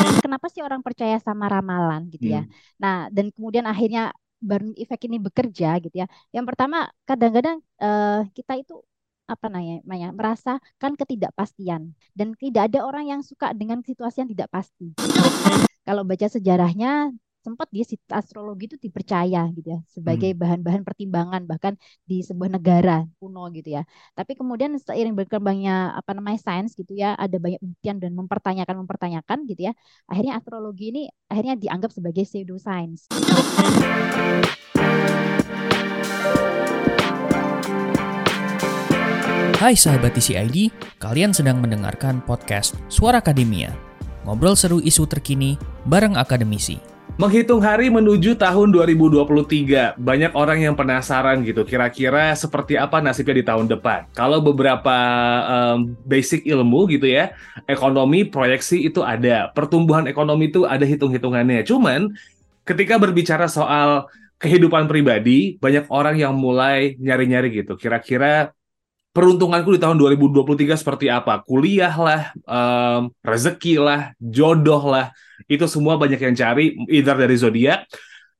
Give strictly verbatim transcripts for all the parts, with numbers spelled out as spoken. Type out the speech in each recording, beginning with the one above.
Kenapa sih orang percaya sama ramalan gitu ya? Hmm. Nah, dan kemudian akhirnya Barnum Effect ini bekerja gitu ya. Yang pertama, kadang-kadang eh, kita itu apa namanya, namanya, merasakan ketidakpastian dan tidak ada orang yang suka dengan situasi yang tidak pasti. Kalau baca sejarahnya sempat dia si- astrologi itu dipercaya gitu ya sebagai Hmm. bahan-bahan pertimbangan bahkan di sebuah negara kuno gitu ya. Tapi kemudian seiring berkembangnya apa namanya sains gitu ya, ada banyak buktian dan mempertanyakan mempertanyakan gitu ya. Akhirnya astrologi ini akhirnya dianggap sebagai pseudoscience. Hai sahabat T C I D, kalian sedang mendengarkan podcast Suara Akademia. Ngobrol seru isu terkini bareng akademisi. Menghitung hari menuju tahun dua ribu dua puluh tiga, banyak orang yang penasaran gitu, kira-kira seperti apa nasibnya di tahun depan. Kalau beberapa em, basic ilmu gitu ya, ekonomi proyeksi itu ada, pertumbuhan ekonomi itu ada hitung-hitungannya. Cuman ketika berbicara soal kehidupan pribadi, banyak orang yang mulai nyari-nyari gitu, kira-kira peruntunganku di tahun dua ribu dua puluh tiga seperti apa? Kuliah lah, em, rezeki lah, jodoh lah, itu semua banyak yang cari, either dari zodiak,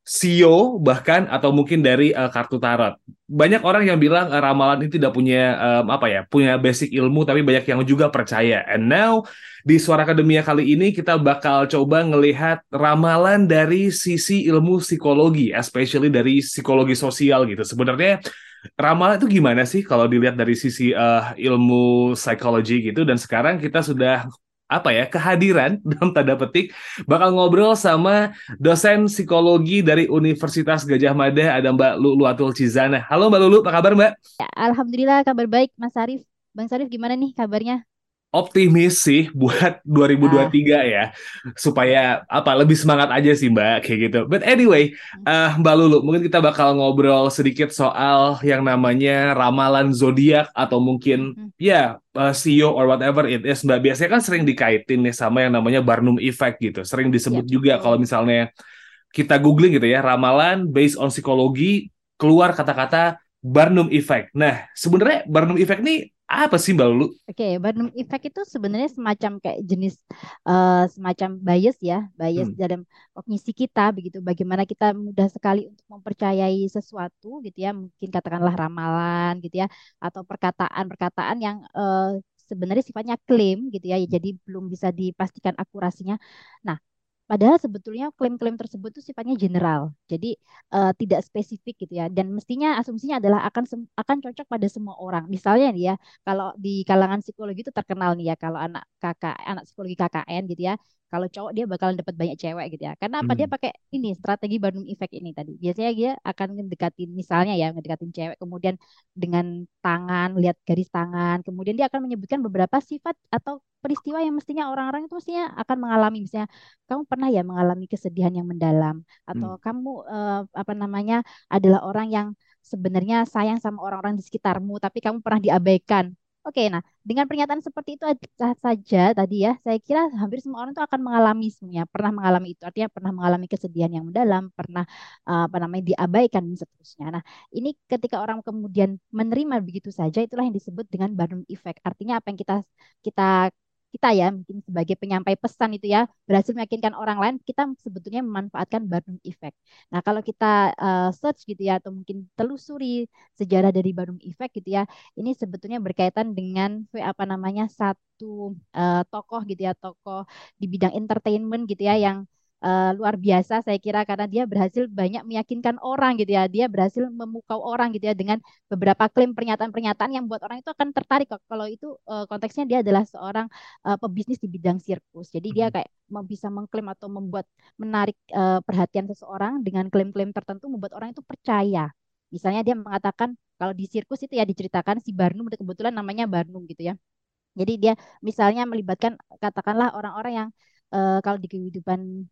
sio bahkan atau mungkin dari eh, kartu tarot. Banyak orang yang bilang eh, ramalan ini tidak punya em, apa ya, punya basic ilmu, tapi banyak yang juga percaya. And now di Suara Akademia kali ini kita bakal coba ngelihat ramalan dari sisi ilmu psikologi, especially dari psikologi sosial gitu. Sebenarnya ramalan itu gimana sih kalau dilihat dari sisi eh, ilmu psikologi gitu, dan sekarang kita sudah apa ya kehadiran dalam tanda petik bakal ngobrol sama dosen psikologi dari Universitas Gajah Mada, ada Mbak Luluatul Cizana. Halo Mbak Lulu, apa kabar Mbak? Ya, Alhamdulillah kabar baik Mas Sarif. Bang Sarif gimana nih kabarnya? Optimis sih buat Ah, dua ribu dua puluh tiga ya, supaya apa lebih semangat aja sih Mbak kayak gitu. But anyway, hmm, eh Mbak Lulu, mungkin kita bakal ngobrol sedikit soal yang namanya ramalan zodiak atau hmm, mungkin hmm. ya eh, sio or whatever it is Mbak. Biasanya kan sering dikaitin nih sama yang namanya Barnum Effect gitu. Sering Ya disebut juga kalau betul. misalnya kita googling gitu ya, ramalan based on psikologi, keluar kata-kata Barnum Effect. Nah, sebenarnya Barnum Effect ini apa sih Mbak Lulu? Oke, Barnum Effect itu sebenarnya semacam kayak jenis eh, semacam bias ya, bias Hmm. dalam kognisi kita begitu. Bagaimana kita mudah sekali untuk mempercayai sesuatu gitu ya, mungkin katakanlah ramalan gitu ya, atau perkataan-perkataan yang eh, sebenarnya sifatnya klaim gitu ya, jadi belum bisa dipastikan akurasinya. Nah, padahal sebetulnya klaim-klaim tersebut itu sifatnya general, jadi eh, tidak spesifik gitu ya. Dan mestinya asumsinya adalah akan sem- akan cocok pada semua orang. Misalnya nih ya, kalau di kalangan psikologi itu terkenal nih ya, kalau anak kakak anak psikologi K K N gitu ya, kalau cowok dia bakalan dapat banyak cewek gitu ya. Karena apa? Dia Hmm. pakai ini strategi Barnum Effect ini tadi. Biasanya dia akan ngedekatin misalnya ya, ngedekatin cewek kemudian dengan tangan, lihat garis tangan, kemudian dia akan menyebutkan beberapa sifat atau peristiwa yang mestinya orang-orang itu mestinya akan mengalami. Misalnya kamu pernah ya mengalami kesedihan yang mendalam Hmm. atau kamu eh, apa namanya adalah orang yang sebenarnya sayang sama orang-orang di sekitarmu tapi kamu pernah diabaikan. Oke, nah dengan pernyataan seperti itu aja- saja tadi ya, saya kira hampir semua orang itu akan mengalami semuanya, pernah mengalami itu, artinya pernah mengalami kesedihan yang mendalam, pernah eh, apa namanya diabaikan dan seterusnya. Nah, ini ketika orang kemudian menerima begitu saja, itulah yang disebut dengan Barnum Effect. Artinya apa yang kita kita kita ya mungkin sebagai penyampai pesan itu ya berhasil meyakinkan orang lain, kita sebetulnya memanfaatkan Barnum Effect. Nah, kalau kita eh, search gitu ya atau mungkin telusuri sejarah dari Barnum Effect gitu ya, ini sebetulnya berkaitan dengan eh, apa namanya satu eh, tokoh gitu ya, tokoh di bidang entertainment gitu ya yang eh, luar biasa saya kira karena dia berhasil banyak meyakinkan orang gitu ya. Dia berhasil memukau orang gitu ya dengan beberapa klaim pernyataan-pernyataan yang buat orang itu akan tertarik kok. Kalau itu eh, konteksnya dia adalah seorang eh, pebisnis di bidang sirkus. Jadi dia Hmm. kayak mau bisa mengklaim atau membuat menarik eh, perhatian seseorang dengan klaim-klaim tertentu membuat orang itu percaya. Misalnya dia mengatakan kalau di sirkus itu ya diceritakan si Barnum kebetulan namanya Barnum gitu ya. Jadi dia misalnya melibatkan katakanlah orang-orang yang eh, kalau di kehidupan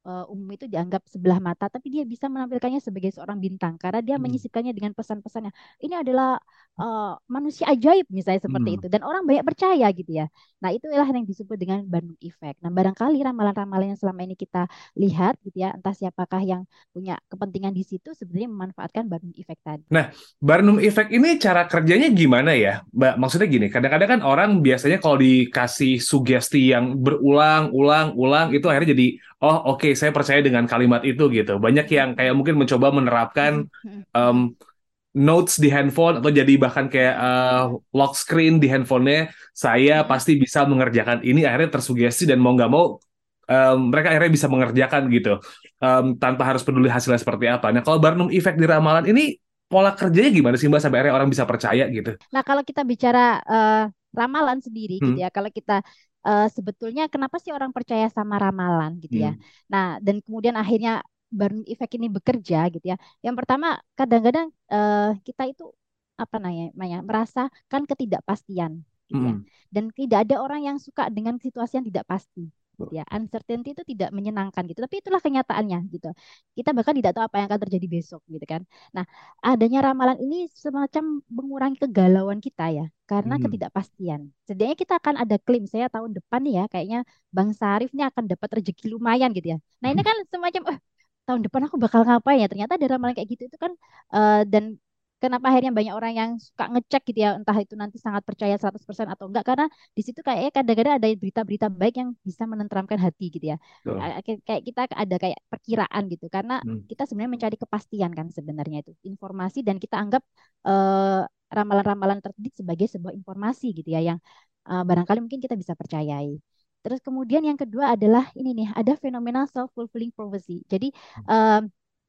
eh, umum itu dianggap sebelah mata, tapi dia bisa menampilkannya sebagai seorang bintang karena dia Mm, menyisipkannya dengan pesan-pesannya. Ini adalah eh, manusia ajaib misalnya seperti mm. itu, dan orang banyak percaya gitu ya. Nah, itulah yang disebut dengan Barnum Effect. Nah, barangkali ramalan-ramalan yang selama ini kita lihat gitu ya, entah siapakah yang punya kepentingan di situ sebenarnya memanfaatkan Barnum Effect tadi. Nah, Barnum Effect ini cara kerjanya gimana ya, Mbak? Maksudnya gini, kadang-kadang kan orang biasanya kalau dikasih sugesti yang berulang, ulang, ulang, itu akhirnya jadi, oh oke, saya percaya dengan kalimat itu gitu. Banyak yang kayak mungkin mencoba menerapkan um, notes di handphone atau jadi bahkan kayak uh, lock screen di handphonenya, saya pasti bisa mengerjakan ini, akhirnya tersugesti dan mau nggak mau um, mereka akhirnya bisa mengerjakan gitu, um, tanpa harus peduli hasilnya seperti apa. Nah, kalau Barnum Effect di ramalan ini pola kerjanya gimana sih Mbak sampai akhirnya orang bisa percaya gitu? Nah, kalau kita bicara eh, ramalan sendiri gitu Hmm, ya, kalau kita eh, sebetulnya kenapa sih orang percaya sama ramalan gitu ya? hmm, Nah, dan kemudian akhirnya Barnum Effect ini bekerja gitu ya. Yang pertama, kadang-kadang eh, kita itu apa namanya, namanya, merasakan ketidakpastian gitu ya. hmm, Dan tidak ada orang yang suka dengan situasi yang tidak pasti gitu ya. Uncertainty itu tidak menyenangkan gitu, tapi itulah kenyataannya gitu. Kita bahkan tidak tahu apa yang akan terjadi besok gitu kan. Nah, adanya ramalan ini semacam mengurangi kegalauan kita ya, karena hmm. ketidakpastian. Setidaknya kita akan ada klaim, saya tahun depan nih ya, kayaknya Bang Sarif ini akan dapat rezeki lumayan gitu ya. Nah, ini kan semacam, eh, tahun depan aku bakal ngapain ya? Ternyata ada ramalan kayak gitu itu kan, eh, dan kenapa akhirnya banyak orang yang suka ngecek gitu ya, entah itu nanti sangat percaya seratus persen atau enggak, karena di situ kayaknya kadang-kadang ada berita-berita baik yang bisa menenteramkan hati gitu ya. Betul. Eh, Kayak kayak kita ada kayak perkiraan gitu, karena Hmm, kita sebenarnya mencari kepastian kan sebenarnya itu informasi, dan kita anggap eh, ramalan-ramalan tersebut sebagai sebuah informasi gitu ya yang eh, barangkali mungkin kita bisa percayai. Terus kemudian yang kedua adalah ini nih, ada fenomena self-fulfilling prophecy. Jadi eh,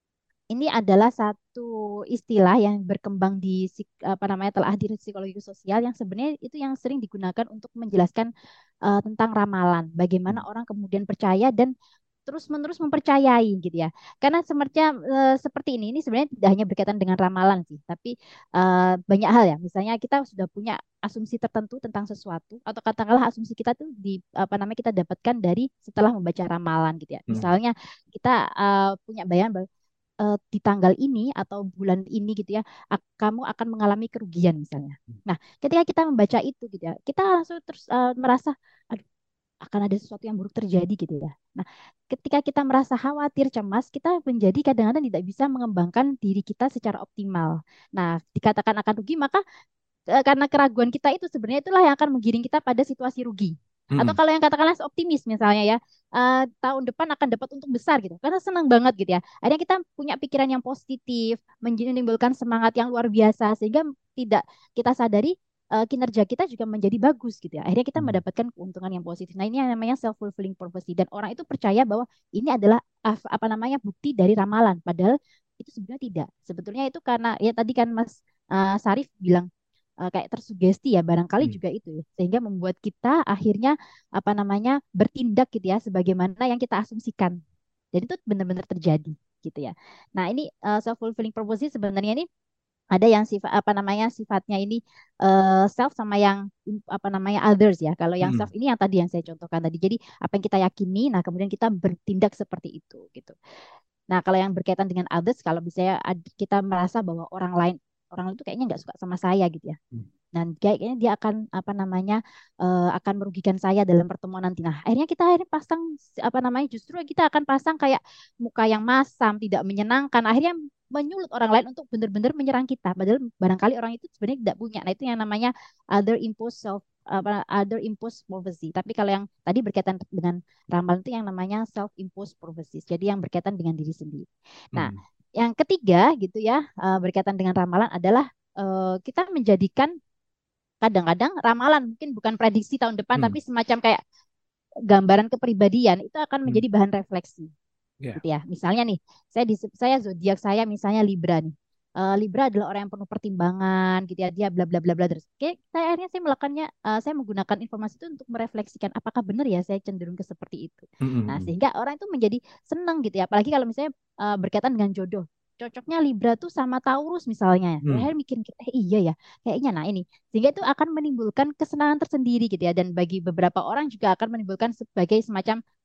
ini adalah satu istilah yang berkembang di psik- apa namanya telah di psikologi sosial, yang sebenarnya itu yang sering digunakan untuk menjelaskan eh, tentang ramalan. Bagaimana orang kemudian percaya dan terus-menerus mempercayai gitu ya. Karena semerca, eh, seperti ini, ini sebenarnya tidak hanya berkaitan dengan ramalan sih, tapi eh, banyak hal ya. Misalnya kita sudah punya asumsi tertentu tentang sesuatu, atau katakanlah asumsi kita tuh di apa namanya kita dapatkan dari setelah membaca ramalan gitu ya. hmm, Misalnya kita eh, punya bayangan bahwa eh, di tanggal ini atau bulan ini gitu ya, ak- kamu akan mengalami kerugian misalnya. Nah, ketika kita membaca itu gitu ya, kita langsung terus eh, merasa, aduh, akan ada sesuatu yang buruk terjadi gitu ya. Nah, ketika kita merasa khawatir, cemas, kita menjadi kadang-kadang tidak bisa mengembangkan diri kita secara optimal. Nah, dikatakan akan rugi, maka eh, karena keraguan kita itu sebenarnya itulah yang akan menggiring kita pada situasi rugi. Atau hmm, kalau yang katakanlah optimis misalnya ya, eh, tahun depan akan dapat untung besar gitu, karena senang banget gitu ya. Akhirnya kita punya pikiran yang positif, menj- menimbulkan semangat yang luar biasa, sehingga tidak kita sadari eh, kinerja kita juga menjadi bagus gitu ya. Akhirnya kita hmm, mendapatkan keuntungan yang positif. Nah, ini yang namanya self fulfilling prophecy, dan orang itu percaya bahwa ini adalah af- apa namanya bukti dari ramalan, padahal itu sebenarnya tidak. Sebetulnya itu karena ya tadi kan Mas eh, Sarif bilang eh, kayak tersugesti ya, barangkali hmm, juga itu ya, sehingga membuat kita akhirnya apa namanya bertindak gitu ya sebagaimana yang kita asumsikan, dan itu benar-benar terjadi gitu ya. Nah, ini self fulfilling prophecy sebenarnya ini ada yang sifat apa namanya sifatnya ini eh, self, sama yang im- apa namanya others ya. Kalau yang self hmm, ini yang tadi yang saya contohkan tadi, jadi apa yang kita yakini, nah kemudian kita bertindak seperti itu gitu. Nah, kalau yang berkaitan dengan others, kalau misalnya ad- kita merasa bahwa orang lain, orang itu kayaknya nggak suka sama saya gitu ya. hmm, Dan kayaknya dia akan apa namanya eh, akan merugikan saya dalam pertemuan nanti. Nah, akhirnya kita akhirnya pasang apa namanya justru kita akan pasang kayak muka yang masam, tidak menyenangkan. Akhirnya menyulut orang lain untuk benar-benar menyerang kita. Padahal barangkali orang itu sebenarnya tidak punya. Nah, itu yang namanya other impose self apa other impose prophecy. Tapi kalau yang tadi berkaitan dengan ramalan itu yang namanya self imposed prophecies. Jadi yang berkaitan dengan diri sendiri. Nah, hmm, yang ketiga gitu ya eh, berkaitan dengan ramalan adalah eh, kita menjadikan kadang-kadang ramalan mungkin bukan prediksi tahun depan, hmm, tapi semacam kayak gambaran kepribadian itu akan hmm. menjadi bahan refleksi Ya. gitu ya. Misalnya nih, saya di saya zodiak saya misalnya Libra nih. Eh, Libra adalah orang yang penuh pertimbangan gitu ya, dia bla bla bla bla terus. Oke, saya akhirnya saya melakukannya, eh, saya menggunakan informasi itu untuk merefleksikan apakah benar ya saya cenderung ke seperti itu. Hmm, hmm, Nah, hmm. sehingga orang itu menjadi senang gitu ya, apalagi kalau misalnya eh, berkaitan dengan jodoh. Cocoknya Libra tuh sama Taurus misalnya. Hmm. Saya mikir, eh iya ya, kayaknya nah ini. Sehingga itu akan menimbulkan kesenangan tersendiri gitu ya, dan bagi beberapa orang juga akan menimbulkan sebagai semacam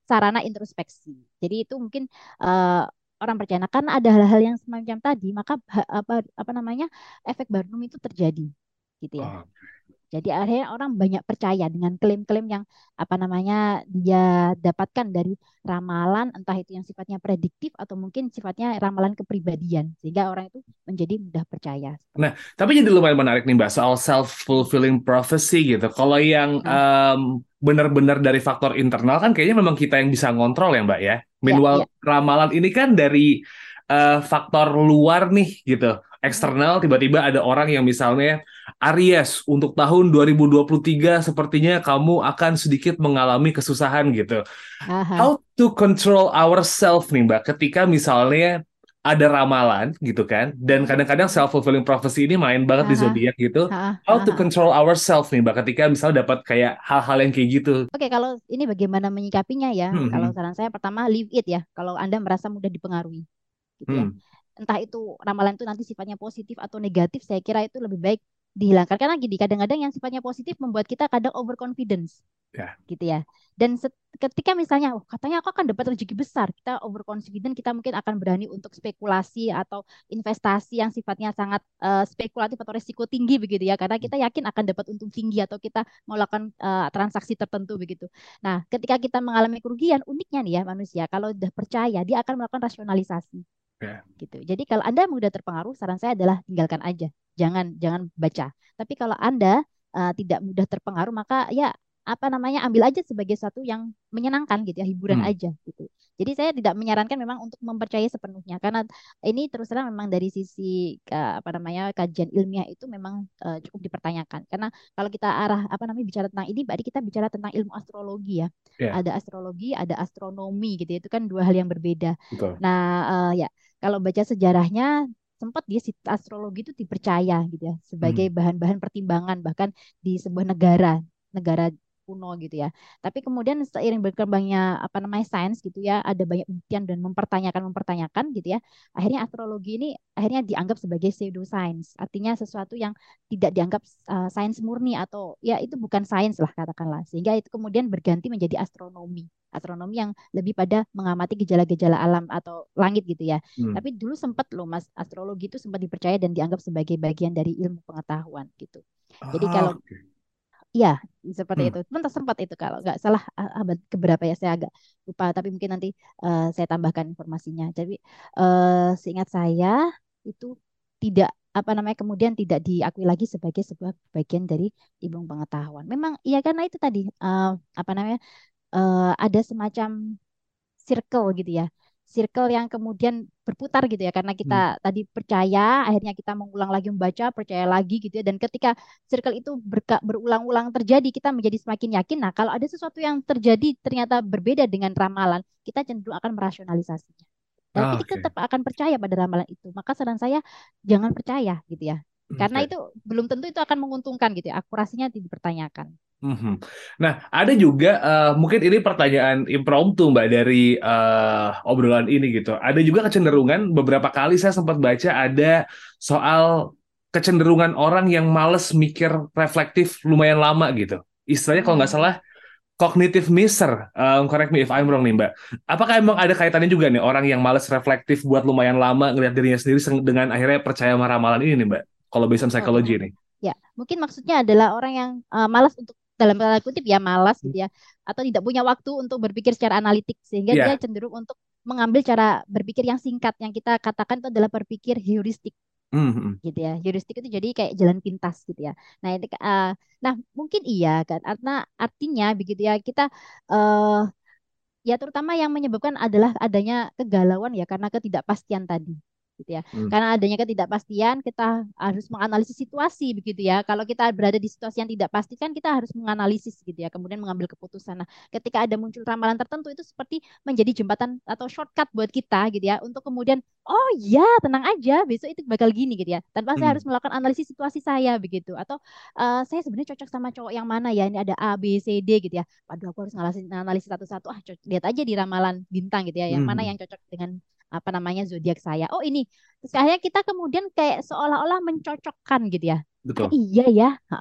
sarana introspeksi. Jadi itu mungkin eh, orang percaya. Nah, karena ada hal-hal yang semacam tadi, maka ha- apa apa namanya efek Barnum itu terjadi, gitu ya. Oh, Jadi akhirnya orang banyak percaya dengan klaim-klaim yang apa namanya dia dapatkan dari ramalan, entah itu yang sifatnya prediktif atau mungkin sifatnya ramalan kepribadian, sehingga orang itu menjadi mudah percaya. nah, tapi jadi lumayan menarik nih Mbak soal self-fulfilling prophecy gitu. Kalau yang Nah, em, benar-benar dari faktor internal kan kayaknya memang kita yang bisa ngontrol ya Mbak ya. ya, ya. Meanwhile ramalan ini kan dari eh, faktor luar nih gitu. Mm-mm. Eksternal tiba-tiba ada orang yang misalnya Aries untuk tahun dua ribu dua puluh tiga sepertinya kamu akan sedikit mengalami kesusahan gitu. Aha, How to control ourselves nih Mbak ketika misalnya ada ramalan gitu kan dan mm-mm, kadang-kadang mm-mm. self fulfilling prophecy ini main banget di Aha, zodiak gitu. aha, How to aha. control ourselves nih Mbak ketika misalnya dapat kayak hal-hal yang kayak gitu. Oke, kalau ini bagaimana menyikapinya ya? Hmm, Kalau hmm, saran saya pertama leave it ya. Kalau Anda merasa mudah dipengaruhi, gitu ya. hmm. Entah itu ramalan itu nanti sifatnya positif atau negatif, saya kira itu lebih baik dihilangkan. Karena gini, kadang-kadang yang sifatnya positif membuat kita kadang overconfidence, Ya, gitu ya. Dan set- ketika misalnya, oh, katanya aku akan dapat rezeki besar, kita overconfident, kita mungkin akan berani untuk spekulasi atau investasi yang sifatnya sangat eh, spekulatif atau risiko tinggi begitu ya, karena kita yakin akan dapat untung tinggi atau kita melakukan eh, transaksi tertentu begitu. Nah, ketika kita mengalami kerugian, uniknya nih ya manusia, kalau udah percaya, dia akan melakukan rasionalisasi ya. gitu. Jadi kalau Anda mudah terpengaruh, saran saya adalah tinggalkan aja, jangan jangan baca. Tapi kalau Anda eh, tidak mudah terpengaruh, maka ya apa namanya ambil aja sebagai satu yang menyenangkan gitu ya, hiburan Hmm. aja gitu. Jadi saya tidak menyarankan memang untuk mempercayai sepenuhnya karena ini terus terang memang dari sisi eh, apa namanya kajian ilmiah itu memang eh, cukup dipertanyakan. Karena kalau kita arah apa namanya bicara tentang ini, berarti kita bicara tentang ilmu astrologi ya. Ya, Ada astrologi, ada astronomi gitu ya. Itu kan dua hal yang berbeda. betul. Nah, eh, ya kalau baca sejarahnya sempat dia si astrologi itu dipercaya gitu ya sebagai Hmm. bahan-bahan pertimbangan bahkan di sebuah negara negara kuno gitu ya. Tapi kemudian seiring berkembangnya apa namanya sains gitu ya, ada banyak buktian dan mempertanyakan mempertanyakan gitu ya. Akhirnya astrologi ini akhirnya dianggap sebagai pseudoscience, artinya sesuatu yang tidak dianggap uh, sains murni atau ya itu bukan sains lah katakanlah. Sehingga itu kemudian berganti menjadi astronomi. Astronomi yang lebih pada mengamati gejala-gejala alam atau langit gitu ya. Hmm. Tapi dulu sempat loh Mas, astrologi itu sempat dipercaya dan dianggap sebagai bagian dari ilmu pengetahuan gitu. Jadi Oh, kalau oke. iya seperti Hmm. itu. Sempat sempat itu kalau nggak salah a- abad keberapa ya saya agak lupa. Tapi mungkin nanti eh, saya tambahkan informasinya. Jadi eh, seingat saya itu tidak apa namanya kemudian tidak diakui lagi sebagai sebuah bagian dari ilmu pengetahuan. Memang iya karena itu tadi eh, apa namanya eh, ada semacam circle gitu ya. Circle yang kemudian berputar gitu ya karena Hmm. kita tadi percaya akhirnya kita mengulang lagi membaca percaya lagi gitu ya dan ketika circle itu berka- berulang-ulang terjadi kita menjadi semakin yakin. Nah, kalau ada sesuatu yang terjadi ternyata berbeda dengan ramalan, kita cenderung akan merasionalisasinya. Ah, Tapi oke. tetap akan percaya pada ramalan itu. Maka saran saya jangan percaya gitu ya. Karena Oke. itu belum tentu itu akan menguntungkan gitu ya. Akurasinya dipertanyakan. Mhm. Nah, ada juga eh, mungkin ini pertanyaan impromptu Mbak dari eh, obrolan ini gitu. Ada juga kecenderungan beberapa kali saya sempat baca ada soal kecenderungan orang yang males mikir reflektif lumayan lama gitu. Istilahnya kalau nggak Hmm. salah cognitive misser. Um, correct me if I'm wrong nih Mbak. Apakah emang ada kaitannya juga nih orang yang males reflektif buat lumayan lama ngelihat dirinya sendiri seng- dengan akhirnya percaya sama ramalan ini nih Mbak? Kalau based on Oh, psychology nih. ya, mungkin maksudnya adalah orang yang eh, malas untuk dalam tanda kutip ya malas gitu ya, atau tidak punya waktu untuk berpikir secara analitik sehingga dia Iya. cenderung untuk mengambil cara berpikir yang singkat yang kita katakan itu adalah berpikir heuristik Mhm. gitu ya. Heuristik itu jadi kayak jalan pintas gitu ya. Nah, ini eh, nah mungkin iya kan, karena artinya begitu ya kita eh ya terutama yang menyebabkan adalah adanya kegalauan ya karena ketidakpastian tadi gitu ya. Hmm. Karena adanya ketidakpastian kita harus menganalisis situasi begitu ya. Kalau kita berada di situasi yang tidak pasti kan kita harus menganalisis gitu ya, kemudian mengambil keputusan. Nah, ketika ada muncul ramalan tertentu itu seperti menjadi jembatan atau shortcut buat kita gitu ya untuk kemudian oh ya tenang aja besok itu bakal gini gitu ya. Tanpa saya harus Hmm. melakukan analisis situasi saya begitu atau eh, saya sebenarnya cocok sama cowok yang mana ya? Ini ada A, B, C, D gitu ya. Waduh, aku harus ngalasin analisis satu-satu. Ah, co- lihat aja di ramalan bintang gitu ya, yang mana Hmm. yang cocok dengan apa namanya zodiak saya. Oh ini, terus akhirnya kita kemudian kayak seolah-olah mencocokkan gitu ya. Ah, Betul. iya ya. Hah. Oh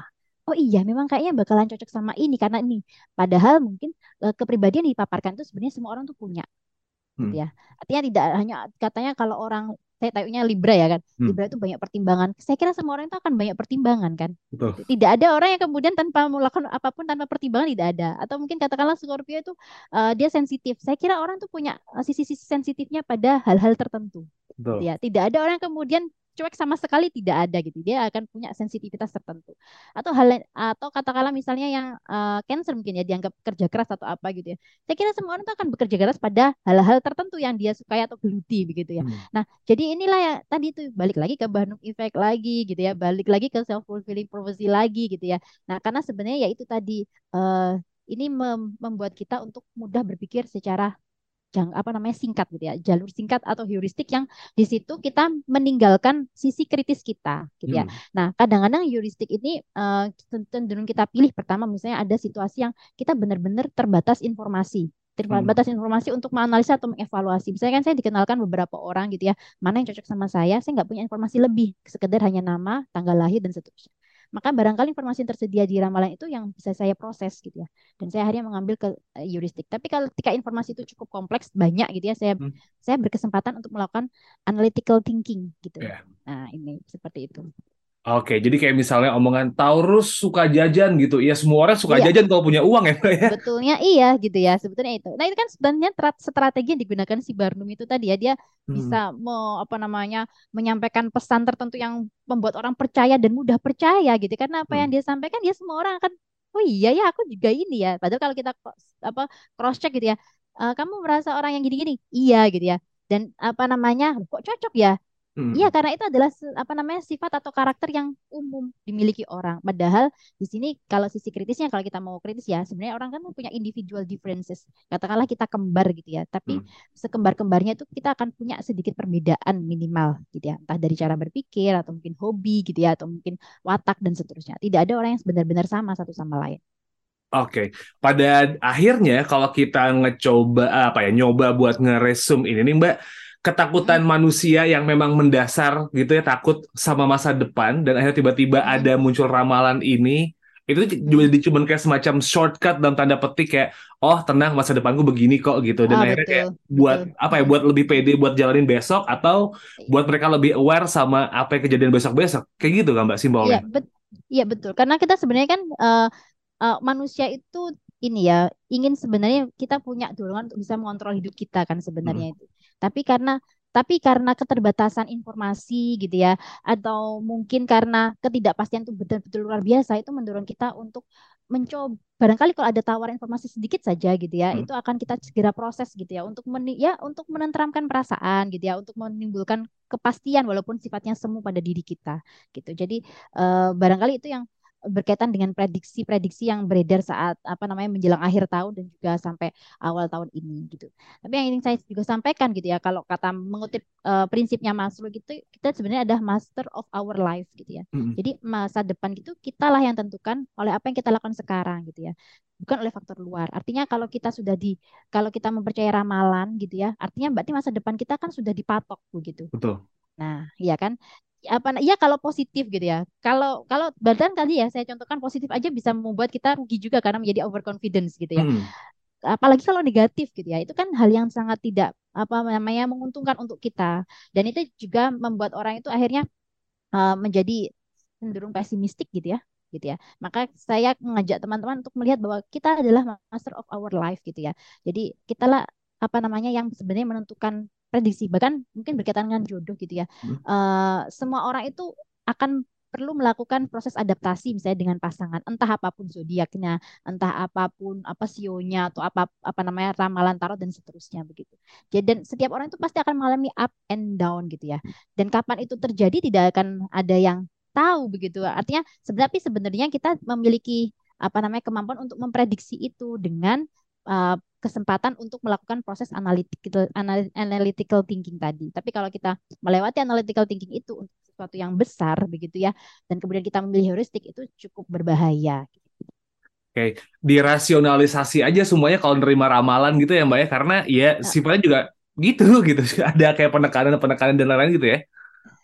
oh iya memang kayaknya bakalan cocok sama ini karena ini. Padahal mungkin eh, kepribadian yang dipaparkan itu sebenarnya semua orang tuh punya gitu Hmm. ya. Artinya tidak hanya katanya kalau orang saya tanya Libra ya kan. Hmm. Libra itu banyak pertimbangan. Saya kira semua orang itu akan banyak pertimbangan kan. Betul. Gitu. Tidak ada orang yang kemudian tanpa melakukan apapun tanpa pertimbangan tidak ada. Atau mungkin katakanlah Scorpio itu eh, dia sensitif. Saya kira orang tuh punya eh, sisi-sisi sensitifnya pada hal-hal tertentu. Gitu Betul. ya. Tidak ada orang yang kemudian cuek sama sekali tidak ada gitu. Dia akan punya sensitivitas tertentu. Atau hal lain- atau katakanlah misalnya yang eh, Cancer mungkin ya dianggap kerja keras atau apa gitu ya. Saya kira semua orang itu akan bekerja keras pada hal-hal tertentu yang dia sukai atau geluti begitu ya. Hmm. Nah, jadi inilah ya tadi tuh balik lagi ke Barnum Effect lagi gitu ya, balik lagi ke self fulfilling prophecy lagi gitu ya. Nah, karena sebenarnya ya itu tadi eh ini mem- membuat kita untuk mudah berpikir secara jang, apa namanya singkat gitu ya, jalur singkat atau heuristik yang di situ kita meninggalkan sisi kritis kita gitu ya. Hmm. Nah, kadang-kadang heuristik ini eh, cenderung kita pilih pertama misalnya ada situasi yang kita benar-benar terbatas informasi Hmm. terbatas informasi untuk menganalisa atau mengevaluasi. Misalnya kan saya dikenalkan beberapa orang gitu ya, mana yang cocok sama saya, saya nggak punya informasi lebih, sekedar hanya nama, tanggal lahir dan seterusnya. Maka barangkali informasi yang tersedia di ramalan itu yang bisa saya proses gitu ya. Dan saya akhirnya mengambil ke eh, heuristik. Tapi kalau ketika informasi itu cukup kompleks, banyak gitu ya, saya Hmm. saya berkesempatan untuk melakukan analytical thinking gitu. Ya. Nah, ini seperti itu. Oke, jadi kayak misalnya omongan Taurus suka jajan gitu. Ya semua orang suka Iya, jajan kalau punya uang ya, Mbak ya. sebetulnya iya gitu ya, sebetulnya itu. Nah, itu kan sebenarnya tra- strategi yang digunakan si Barnum itu tadi ya, dia Hmm. bisa me, apa namanya menyampaikan pesan tertentu yang membuat orang percaya dan mudah percaya gitu. Karena apa yang Hmm. dia sampaikan dia semua orang akan oh iya ya aku juga ini ya. Padahal kalau kita ko- apa cross check gitu ya, "Eh, kamu merasa orang yang gini-gini?" Iya gitu ya. Dan apa namanya kok cocok ya? Iya, Hmm. karena itu adalah se- apa namanya sifat atau karakter yang umum dimiliki orang. Padahal di sini kalau sisi kritisnya kalau kita mau kritis ya sebenarnya orang kan punya individual differences. Katakanlah kita kembar gitu ya, tapi Hmm. sekembar-kembarnya itu kita akan punya sedikit perbedaan minimal gitu ya. Entah dari cara berpikir atau mungkin hobi gitu ya atau mungkin watak dan seterusnya. Tidak ada orang yang benar-benar sama satu sama lain. Oke, pada akhirnya kalau kita ngecoba apa ya, nyoba buat ngeresum ini nih Mbak, Mm-mm, ketakutan manusia yang memang mendasar gitu ya, takut sama masa depan dan akhirnya tiba-tiba mm-mm, ada muncul ramalan ini, itu juga mm-mm. jadi cuma kayak semacam shortcut dalam tanda petik kayak, oh tenang masa depanku begini kok gitu, dan Ah, akhirnya betul, kayak buat betul. apa ya, Mm-mm. buat lebih pede buat jalanin besok atau buat mereka lebih aware sama apa yang kejadian besok-besok, kayak gitu kan Mbak Iya, simbolnya. bet iya betul. Karena kita sebenarnya kan eh, eh, manusia itu ini ya ingin sebenarnya kita punya dorongan untuk bisa mengontrol hidup kita kan sebenarnya Hmm. itu. Tapi karena tapi karena keterbatasan informasi gitu ya atau mungkin karena ketidakpastian itu betul-betul luar biasa itu mendorong kita untuk mencoba barangkali kalau ada tawaran informasi sedikit saja gitu ya Hmm. itu akan kita segera proses gitu ya untuk meni ya untuk menenteramkan perasaan gitu ya untuk menimbulkan kepastian walaupun sifatnya semu pada diri kita gitu. Jadi eh, barangkali itu yang berkaitan dengan prediksi-prediksi yang beredar saat apa namanya menjelang akhir tahun dan juga sampai awal tahun ini gitu. Tapi yang ingin saya juga sampaikan gitu ya, kalau kata mengutip eh, prinsipnya Maslow gitu, kita sebenarnya adalah master of our life gitu ya. Hmm. Jadi masa depan gitu kitalah yang tentukan oleh apa yang kita lakukan sekarang gitu ya. Bukan oleh faktor luar. Artinya kalau kita sudah di kalau kita mempercayai ramalan gitu ya, artinya berarti masa depan kita kan sudah dipatok begitu. Betul. Nah, iya kan? Apa iya kalau positif gitu ya. Kalau kalau bahkan tadi ya saya contohkan positif aja bisa membuat kita rugi juga karena menjadi overconfidence gitu ya. Hmm. Apalagi kalau negatif gitu ya. Itu kan hal yang sangat tidak apa namanya menguntungkan untuk kita. Dan itu juga membuat orang itu akhirnya uh, menjadi cenderung pesimistik gitu ya. Gitu ya. Maka saya mengajak teman-teman untuk melihat bahwa kita adalah master of our life gitu ya. Jadi kita lah apa namanya yang sebenarnya menentukan prediksi bahkan mungkin berkaitan dengan jodoh gitu ya. Hmm. Eh, semua orang itu akan perlu melakukan proses adaptasi misalnya dengan pasangan entah apapun zodiaknya entah apapun apa sionya atau apa apa namanya ramalan tarot dan seterusnya begitu. Jadi dan setiap orang itu pasti akan mengalami up and down gitu ya. Dan kapan itu terjadi tidak akan ada yang tahu begitu. Artinya sebenarnya sebenarnya kita memiliki apa namanya kemampuan untuk memprediksi itu dengan uh, kesempatan untuk melakukan proses analytical anal- analytical thinking tadi. Tapi kalau kita melewati analytical thinking itu untuk sesuatu yang besar begitu ya, dan kemudian kita memilih heuristik itu cukup berbahaya. Oke, dirasionalisasi aja semuanya kalau nerima ramalan gitu ya Mbak ya, karena ya Nah, sifatnya juga gitu gitu, ada kayak penekanan-penekanan dan lain-lain gitu ya.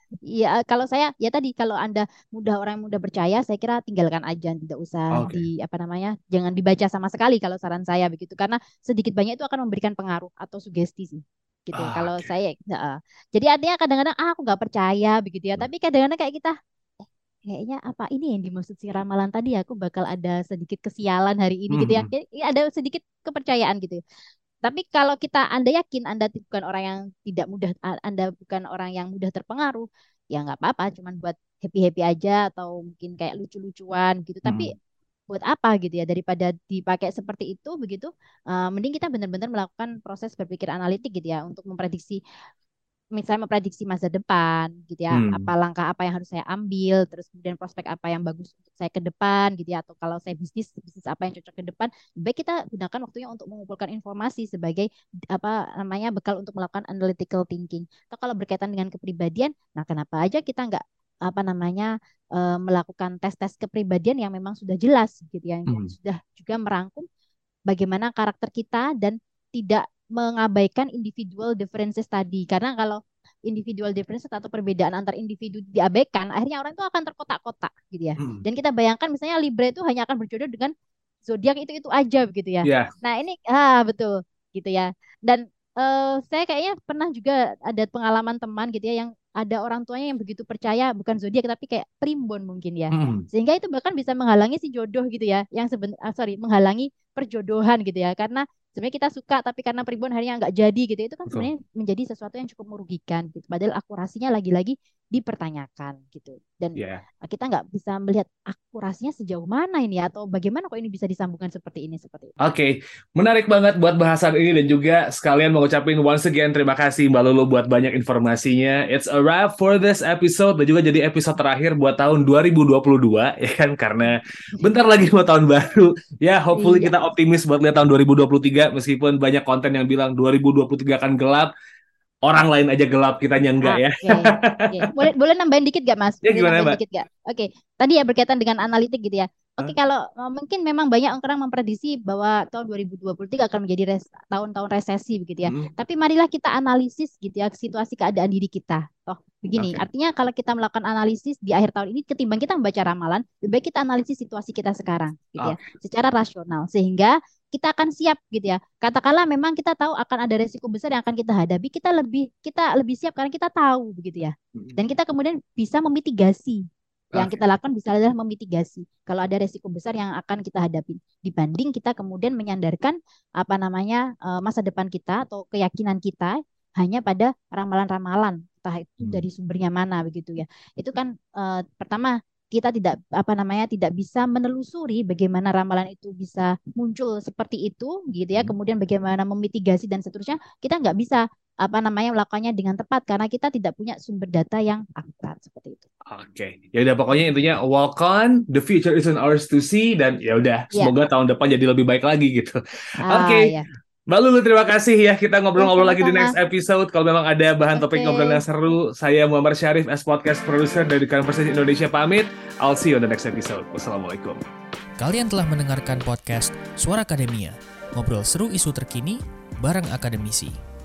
Iya, kalau saya ya tadi kalau Anda mudah orang yang mudah percaya, saya kira tinggalkan aja, tidak usah Oke. di apa namanya, jangan dibaca sama sekali kalau saran saya begitu, karena sedikit banyak itu akan memberikan pengaruh atau sugesti sih, gitu. Ah, Kalau Oke. saya, heeh. Jadi artinya kadang-kadang ah, aku nggak percaya begitu ya, Hmm. tapi kadang-kadang kayak kita, eh, kayaknya apa ini yang dimaksud si ramalan tadi ya, aku bakal ada sedikit kesialan hari ini gitu ya, Hmm. Kayak- ya ada sedikit kepercayaan gitu. Tapi kalau kita Anda yakin Anda ti- bukan orang yang tidak mudah, a- Anda bukan orang yang mudah terpengaruh, ya nggak apa-apa, cuman buat happy-happy aja atau mungkin kayak lucu-lucuan gitu. Tapi Hmm. buat apa gitu ya daripada dipakai seperti itu begitu, eh, mending kita benar-benar melakukan proses berpikir analitik gitu ya untuk memprediksi, misalnya memprediksi masa depan gitu ya, apa Hmm. langkah apa yang harus saya ambil, terus kemudian prospek apa yang bagus untuk saya ke depan gitu ya, atau kalau saya bisnis bisnis apa yang cocok ke depan. Lebih baik kita gunakan waktunya untuk mengumpulkan informasi sebagai apa namanya bekal untuk melakukan analytical thinking. Atau kalau berkaitan dengan kepribadian, nah kenapa aja kita nggak apa namanya eh, melakukan tes-tes kepribadian yang memang sudah jelas gitu ya, yang Hmm. sudah juga merangkum bagaimana karakter kita dan tidak mengabaikan individual differences tadi. Karena kalau individual differences atau perbedaan antar individu diabaikan, akhirnya orang itu akan terkotak-kotak gitu ya. Hmm. Dan kita bayangkan misalnya Libra itu hanya akan berjodoh dengan zodiak itu-itu aja begitu ya. Ya. Nah, ini ah betul gitu ya. Dan eh, saya kayaknya pernah juga ada pengalaman teman gitu ya yang ada orang tuanya yang begitu percaya bukan zodiak tapi kayak primbon mungkin ya. Hmm. Sehingga itu bahkan bisa menghalangi si jodoh gitu ya, yang seben ah, sorry menghalangi perjodohan gitu ya, karena sebenarnya kita suka tapi karena primbon harinya nggak jadi gitu, itu kan Betul. sebenarnya menjadi sesuatu yang cukup merugikan gitu, padahal akurasinya lagi-lagi dipertanyakan gitu. Dan Ya. eh, kita nggak bisa melihat akurasinya sejauh mana ini atau bagaimana kok ini bisa disambungkan seperti ini seperti itu. Oke, menarik banget buat bahasan ini dan juga sekalian mau ngucapin once again terima kasih Mbak Lulu buat banyak informasinya. It's a wrap for this episode dan juga jadi episode terakhir buat tahun dua ribu dua puluh dua ya kan, karena bentar lagi mau tahun baru. Ya, hopefully Iya. kita optimis buat lihat tahun dua ribu dua puluh tiga meskipun banyak konten yang bilang dua ribu dua puluh tiga akan gelap. Orang lain aja gelap, kitanya enggak ya. Oke, oke. Boleh boleh nambahin dikit gak, Mas? Ya Boleh gimana nambahin Mbak? dikit gak? Oke, tadi ya berkaitan dengan analitik gitu ya. Oke, Hah? kalau eh, mungkin memang banyak orang memprediksi bahwa tahun dua ribu dua puluh tiga akan menjadi res- tahun-tahun resesi begitu ya. Hmm. Tapi marilah kita analisis gitu ya situasi keadaan diri kita. Toh begini, Oke. artinya kalau kita melakukan analisis di akhir tahun ini ketimbang kita membaca ramalan, lebih baik kita analisis situasi kita sekarang gitu ya, Oke. secara rasional sehingga kita akan siap gitu ya. Katakanlah memang kita tahu akan ada resiko besar yang akan kita hadapi, kita lebih kita lebih siap karena kita tahu begitu ya. Hmm. Dan kita kemudian bisa memitigasi. Yang Oke. kita lakukan bisa adalah memitigasi kalau ada resiko besar yang akan kita hadapi. Dibanding kita kemudian menyandarkan apa namanya eh, masa depan kita atau keyakinan kita hanya pada ramalan-ramalan, entah itu Hmm. dari sumbernya mana begitu ya. Itu kan eh, pertama kita tidak apa namanya tidak bisa menelusuri bagaimana ramalan itu bisa muncul seperti itu gitu ya, Hmm. kemudian bagaimana memitigasi dan seterusnya, kita nggak bisa apa namanya melakukannya dengan tepat karena kita tidak punya sumber data yang akurat seperti itu. Oke, ya udah pokoknya intinya walk on, the future isn't ours to see dan ya udah Ya, semoga tahun depan jadi lebih baik lagi gitu. ah Oke, ya, Mbak Lulu terima kasih ya, kita ya ngobrol-ngobrol lagi di sama-sama. next episode. Kalau memang ada bahan topik Oke, ngobrol yang seru, saya Muhammad Syarif as podcast producer dari Conversation Indonesia pamit. I'll see you on the next episode. Wassalamualaikum. Kalian telah mendengarkan podcast Suara Akademia, ngobrol seru isu terkini bareng akademisi.